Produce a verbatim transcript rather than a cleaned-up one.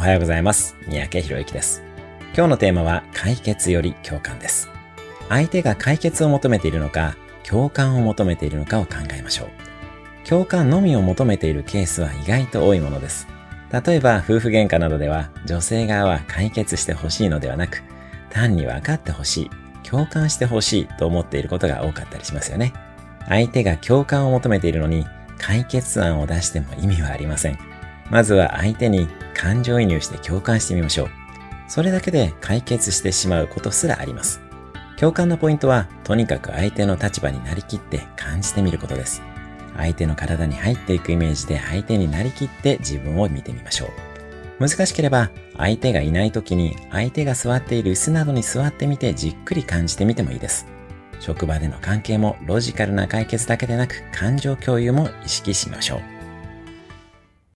はようございます。三宅宏之です。今日のテーマは解決より共感です。相手が解決を求めているのか、共感を求めているのかを考えましょう。共感のみを求めているケースは意外と多いものです。例えば夫婦喧嘩などでは女性側は解決してほしいのではなく、単に分かってほしい、共感してほしいと思っていることが多かったりしますよね。相手が共感を求めているのに解決案を出しても意味はありません。まずは相手に感情移入して共感してみましょう。それだけで解決してしまうことすらあります。共感のポイントは、とにかく相手の立場になりきって感じてみることです。相手の体に入っていくイメージで相手になりきって自分を見てみましょう。難しければ相手がいない時に相手が座っている椅子などに座ってみてじっくり感じてみてもいいです。職場での関係もロジカルな解決だけでなく感情共有も意識しましょう。